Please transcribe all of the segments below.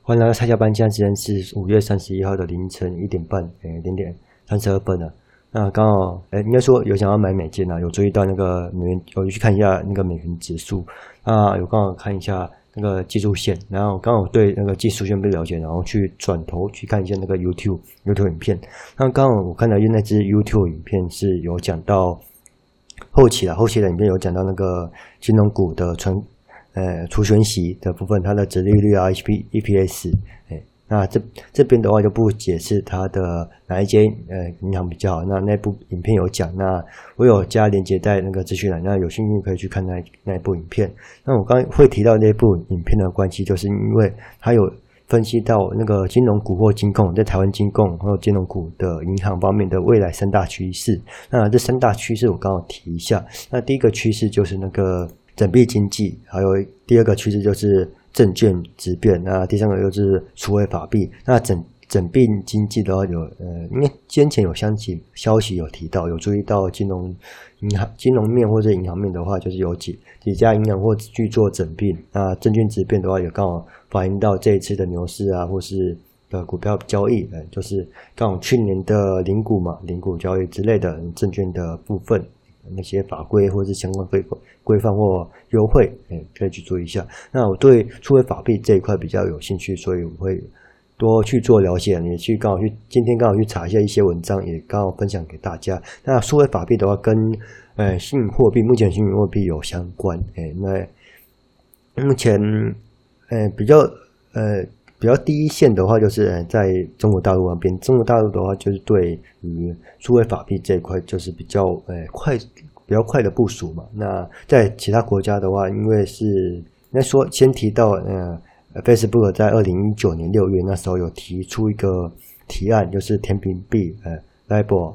欢迎来到蔡家班，现在时间是5月31号的凌晨1点半，0点32分了。那刚好，应该说有想要买美金啊，有注意到那个美元，有去看一下那个美元指数啊，有刚好看一下那个技术线，然后刚好对那个技术线不了解，然后去转头去看一下那个 YouTube 影片。那刚好我看到那支 YouTube 影片是有讲到后期的影片有讲到那个金融股的除权息的部分，它的殖利率啊 EPS， 那这边的话就不解释它的哪一间银行比较好，那部影片有讲，那我有加连结在那个资讯栏，那有兴趣可以去看那一部影片。那我刚会提到那部影片的关系，就是因为它有分析到那个金融股或金控在台湾金控或金融股的银行方面的未来3大趋势。那这3大趋势我刚好提一下。那第一个趋势就是那个整币经济，还有第二个趋势就是证券质变，那第三个就是数位法币。那整币经济的话因为先前有消息有提到，有注意到金融面或者银行面的话，就是有几家银行或去做整币。那证券质变的话，也刚好反映到这一次的牛市啊，或是股票交易，就是刚好去年的零股交易之类的证券的部分。那些法规或是相关规范或优惠，可以去注意一下。那我对数位法币这一块比较有兴趣，所以我会多去做了解，也今天刚好去查一下一些文章，也刚好分享给大家。那数位法币的话，跟虚拟货币，目前虚拟货币有相关。那目前比较第一线的话，就是在中国大陆那边。中国大陆的话，就是对于数位法币这一块，就是比较快的部署嘛。那在其他国家的话，因为是应该说先提到Facebook 在2019年6月那时候有提出一个提案，就是甜品币LIBOR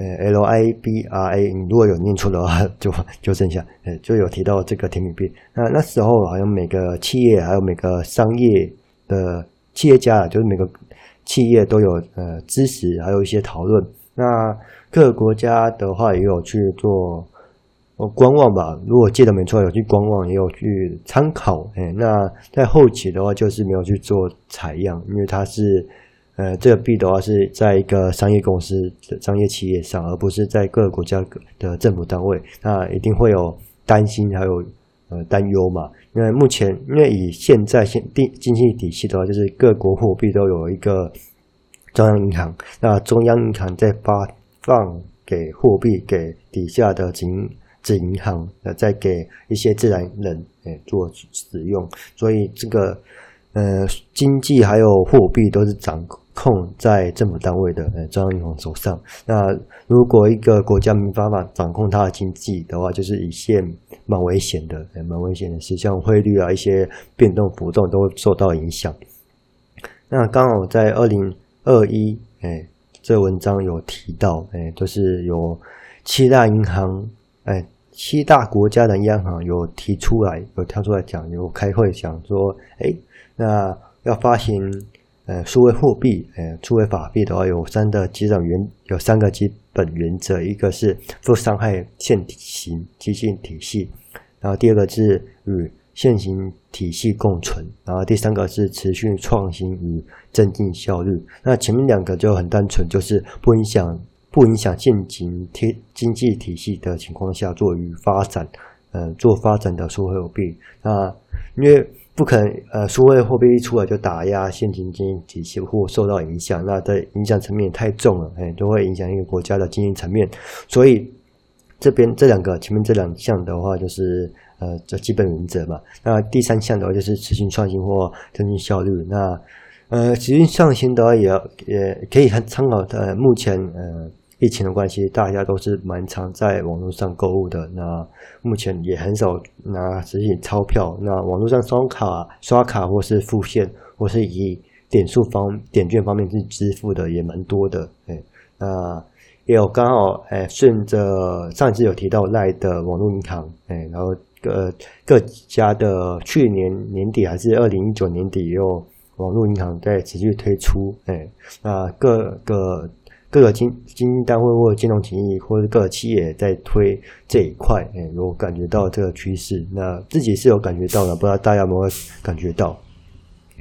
LIBRA， 你如果有念错的话就纠正一下，就有提到这个甜品币。那时候好像每个企业还有每个商业的企业家，就是每个企业都有支持，还有一些讨论。那各个国家的话也有去做观望吧，如果记得没错，有去观望，也有去参考。那在后期的话，就是没有去做采样，因为它是这个币的话是在一个商业公司、商业企业上，而不是在各个国家的政府单位。那一定会有担心，还有担忧嘛。因为以现在经济体系的话，就是各国货币都有一个中央银行，那中央银行再发放给货币给底下的子银行，再给一些自然人做使用，所以这个经济还有货币都是掌控在政府单位的中央银行手上。那如果一个国家没办法掌控它的经济的话，就是一件蛮危险的事，像汇率啊一些变动浮动都会受到影响。那刚好在2021这文章有提到就是有7大银行7大国家的央行有跳出来讲，有开会讲说那要发行数位货币数位法币的话，有3个基本原则，一个是不伤害现行基金体系，然后第二个是与现行体系共存，然后第3个是持续创新与增进效率。那前面2个就很单纯，就是不影响现行经济体系的情况下做发展的数位货币。那因为不可能数位货币一出来就打压现行经济体系或受到影响，那在影响层面太重了，就会影响一个国家的经济层面。所以前面这2项的话就是这基本原则嘛。那第3项的话就是持续创新或增进效率。那持续创新的话也可以参考目前疫情的关系，大家都是蛮常在网络上购物的。那目前也很少拿实体钞票，那网络上刷卡或是付现，或是以点券方面去支付的也蛮多的。那也有刚好顺着上一次有提到LINE的网络银行，然后各家的去年年底还是2019年底也有网络银行在持续推出。那各个经济单位或金融企业或者各个企业在推这一块，有感觉到这个趋势。那自己是有感觉到的，不知道大家有没有感觉到？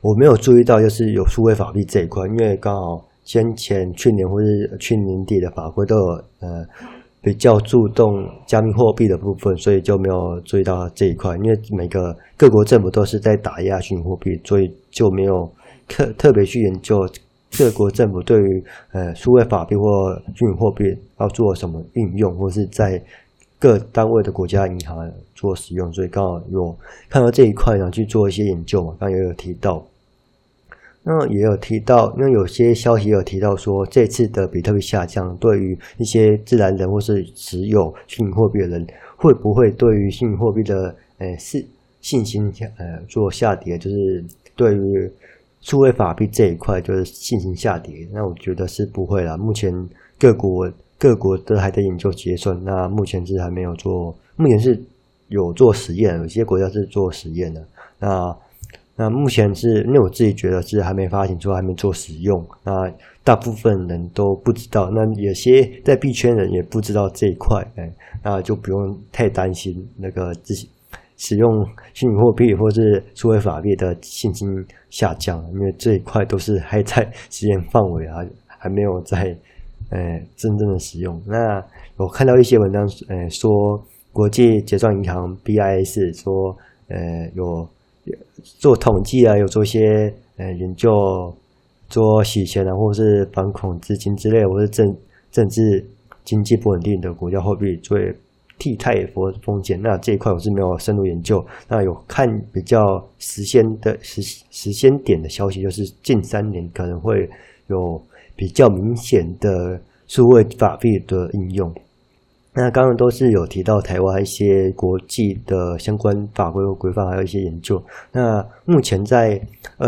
我没有注意到就是有数位法币这一块，因为刚好先前去年或是去年底的法规都有比较注重加密货币的部分，所以就没有注意到这一块。因为每个各国政府都是在打压虚拟货币，所以就没有特别去研究各国政府对于数位法币或虚拟货币要做什么应用，或是在各单位的国家银行做使用，所以刚好有看到这一块呢去做一些研究嘛。刚刚也有提到。那也有提到，因为有些消息也有提到说，这次的比特币下降，对于一些自然人或是持有虚拟货币的人，会不会对于虚拟货币的信心做下跌？就是对于数位法币这一块，就是信心下跌。那我觉得是不会啦。目前各国都还在研究结算，那目前是还没有做，目前是有做实验，有些国家是做实验的。那目前是因为我自己觉得是还没发行出来，还没做使用，那大部分人都不知道，那有些在币圈人也不知道这一块，那就不用太担心那个自己使用虚拟货币或是数位法币的信心下降，因为这一块都是还在实验范围啊，还没有在真正的使用。那我看到一些文章说国际结算银行 BIS 说有做统计啊，有做一些研究，做洗钱啊，或是反恐资金之类，或是政治经济不稳定的国家货币作为替代风险。那这一块我是没有深入研究。那有看比较时间点的消息，就是近3年可能会有比较明显的数位法币的应用。那刚刚都是有提到台湾一些国际的相关法规和规范，还有一些研究。那目前在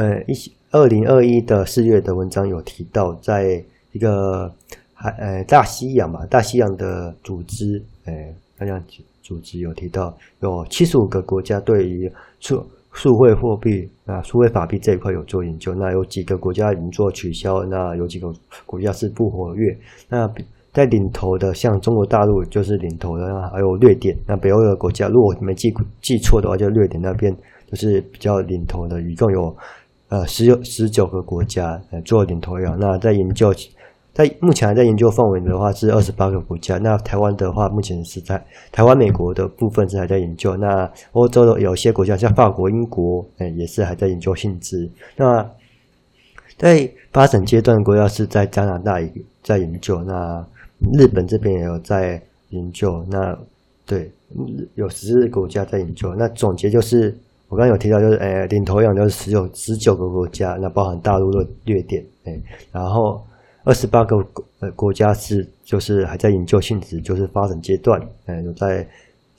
2021的4月的文章有提到，在一个大西洋的组织，大西洋组织有提到，有75个国家对于数位货币数位法币这一块有做研究。那有几个国家已经做取消，那有几个国家是不活跃。那在领头的像中国大陆就是领头的，还有瑞典。那北欧的国家如果没记错的话，就瑞典那边就是比较领头的，一共有19个国家做领头羊。那在目前还在研究范围的话是28个国家。那台湾的话目前是在台湾美国的部分是还在研究。那欧洲的有些国家像法国英国也是还在研究性质。那在发展阶段的国家是在加拿大在研究，那日本这边也有在研究。那对，有14个国家在研究。那总结就是我刚刚有提到，就是领头羊就是19个国家，那包含大陆的略点，然后28个国家就是还在研究性质，就是发展阶段，有在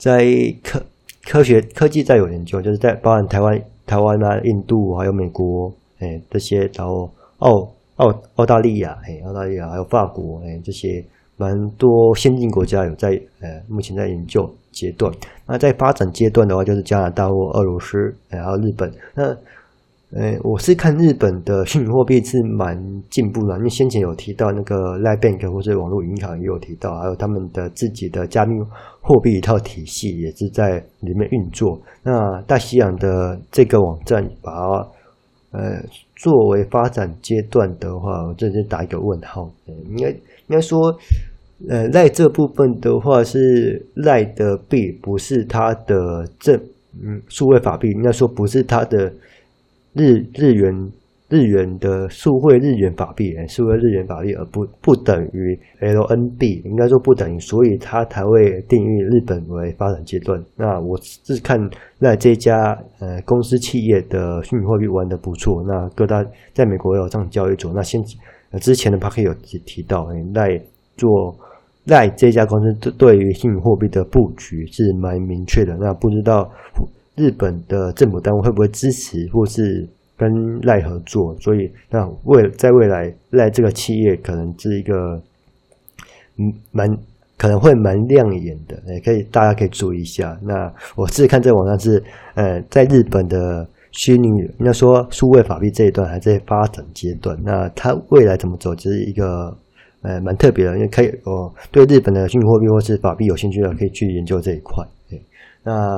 科技在有研究，就是在包含台湾啊、印度还有美国这些，然后澳大利亚还有法国这些蛮多先进国家有在目前在研究阶段。那在发展阶段的话，就是加拿大或俄罗斯还有日本。那我是看日本的虚拟货币是蛮进步的，因为先前有提到那个 Line Bank 或是网络银行也有提到，还有他们的自己的加密货币一套体系也是在里面运作。那大西洋的这个网站把它作为发展阶段的话，我这就打一个问号。应该说赖这部分的话是赖的币，不是它的数位法币，应该说不是它的日元的数位日元法币，数位日元法币，而不等于 LNB， 应该说不等于，所以它才会定义日本为发展阶段。那我是看赖这家公司企业的虚拟货币玩得不错，那各大在美国有上交易所，那之前的 Parker 有提到赖这家公司对于虚拟货币的布局是蛮明确的。那不知道日本的政府单位会不会支持或是跟赖合作，所以那在未来赖这个企业可能是一个可能会蛮亮眼的，大家可以注意一下。那我自己看这个网站是在日本的虚拟应该说数位法币这一段还在发展阶段，那它未来怎么走就是一个蛮特别的，因为可以对日本的虚拟货币或是法币有兴趣的可以去研究这一块。那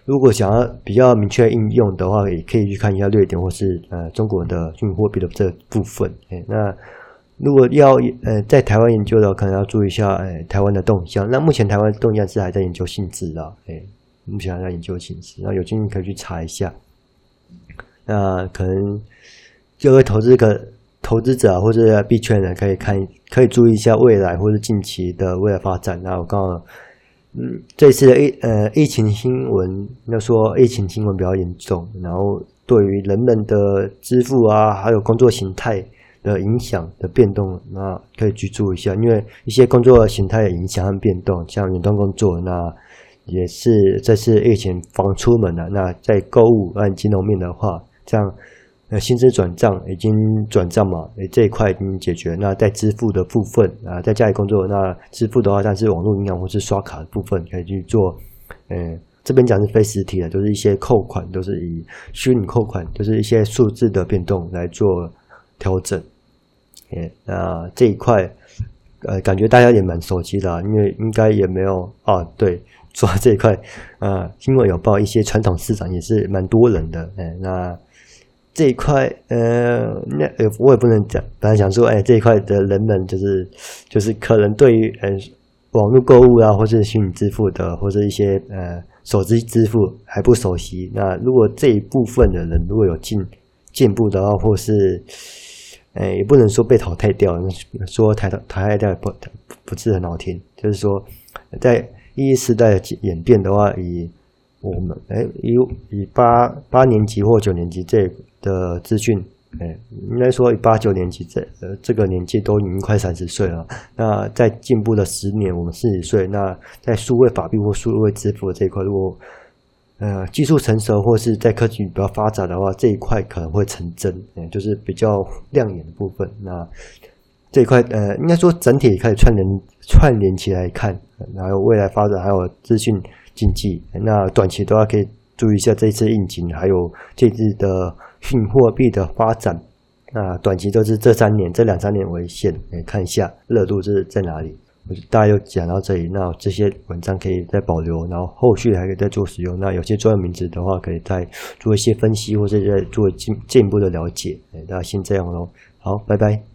如果想要比较明确应用的话，也可以去看一下瑞典或是中国的虚拟货币的这部分。那如果要在台湾研究的话，可能要注意一下台湾的动向。那目前台湾动向是还在研究性质啦，目前还在研究性质，那有兴趣可以去查一下。那可能各位投资者或者币圈人可以注意一下未来或是近期的未来发展。那我刚好这次的疫情新闻，要说疫情新闻比较严重，然后对于人们的支付啊，还有工作形态的影响的变动，那可以去注意一下，因为一些工作形态的影响和变动，像远端工作，那也是这次疫情防出门了。那在购物和金融面的话，这样薪资转账已经转账嘛，这一块已经解决。那在支付的部分在家里工作，那支付的话，但是网络银行或是刷卡的部分可以去做。这边讲是非实体的，都是一些扣款，都是以虚拟扣款，就是一些数字的变动来做调整。那这一块感觉大家也蛮熟悉的因为应该也没有对，说到这一块新闻有报一些传统市场也是蛮多人的。那这一块我也不能讲，本来想说这一块的人们就是可能对于网络购物啊，或是虚拟支付的，或是一些手机支付还不熟悉。那如果这一部分的人如果有进步的话，或是也不能说被淘汰掉，说淘汰掉不是很好听，就是说在一时代的演变的话，以我们以八年级或9年级这的资讯，应该说以8、9年级这个年纪都已经快30岁了。那在进步的10年，我们40岁。那在数位法币或数位支付这一块，如果技术成熟或是在科技比较发展的话，这一块可能会成真，就是比较亮眼的部分。那这一块应该说整体可以串联起来看，还有未来发展，还有资讯经济。那短期的话可以注意一下这一次疫情，还有这次的虚拟货币的发展。那短期都是这2、3年为限，看一下热度是在哪里。大概就讲到这里，那这些文章可以再保留，然后后续还可以再做使用。那有些专有名词的话，可以再做一些分析，或者再做进一步的了解。那先这样咯，好，拜拜。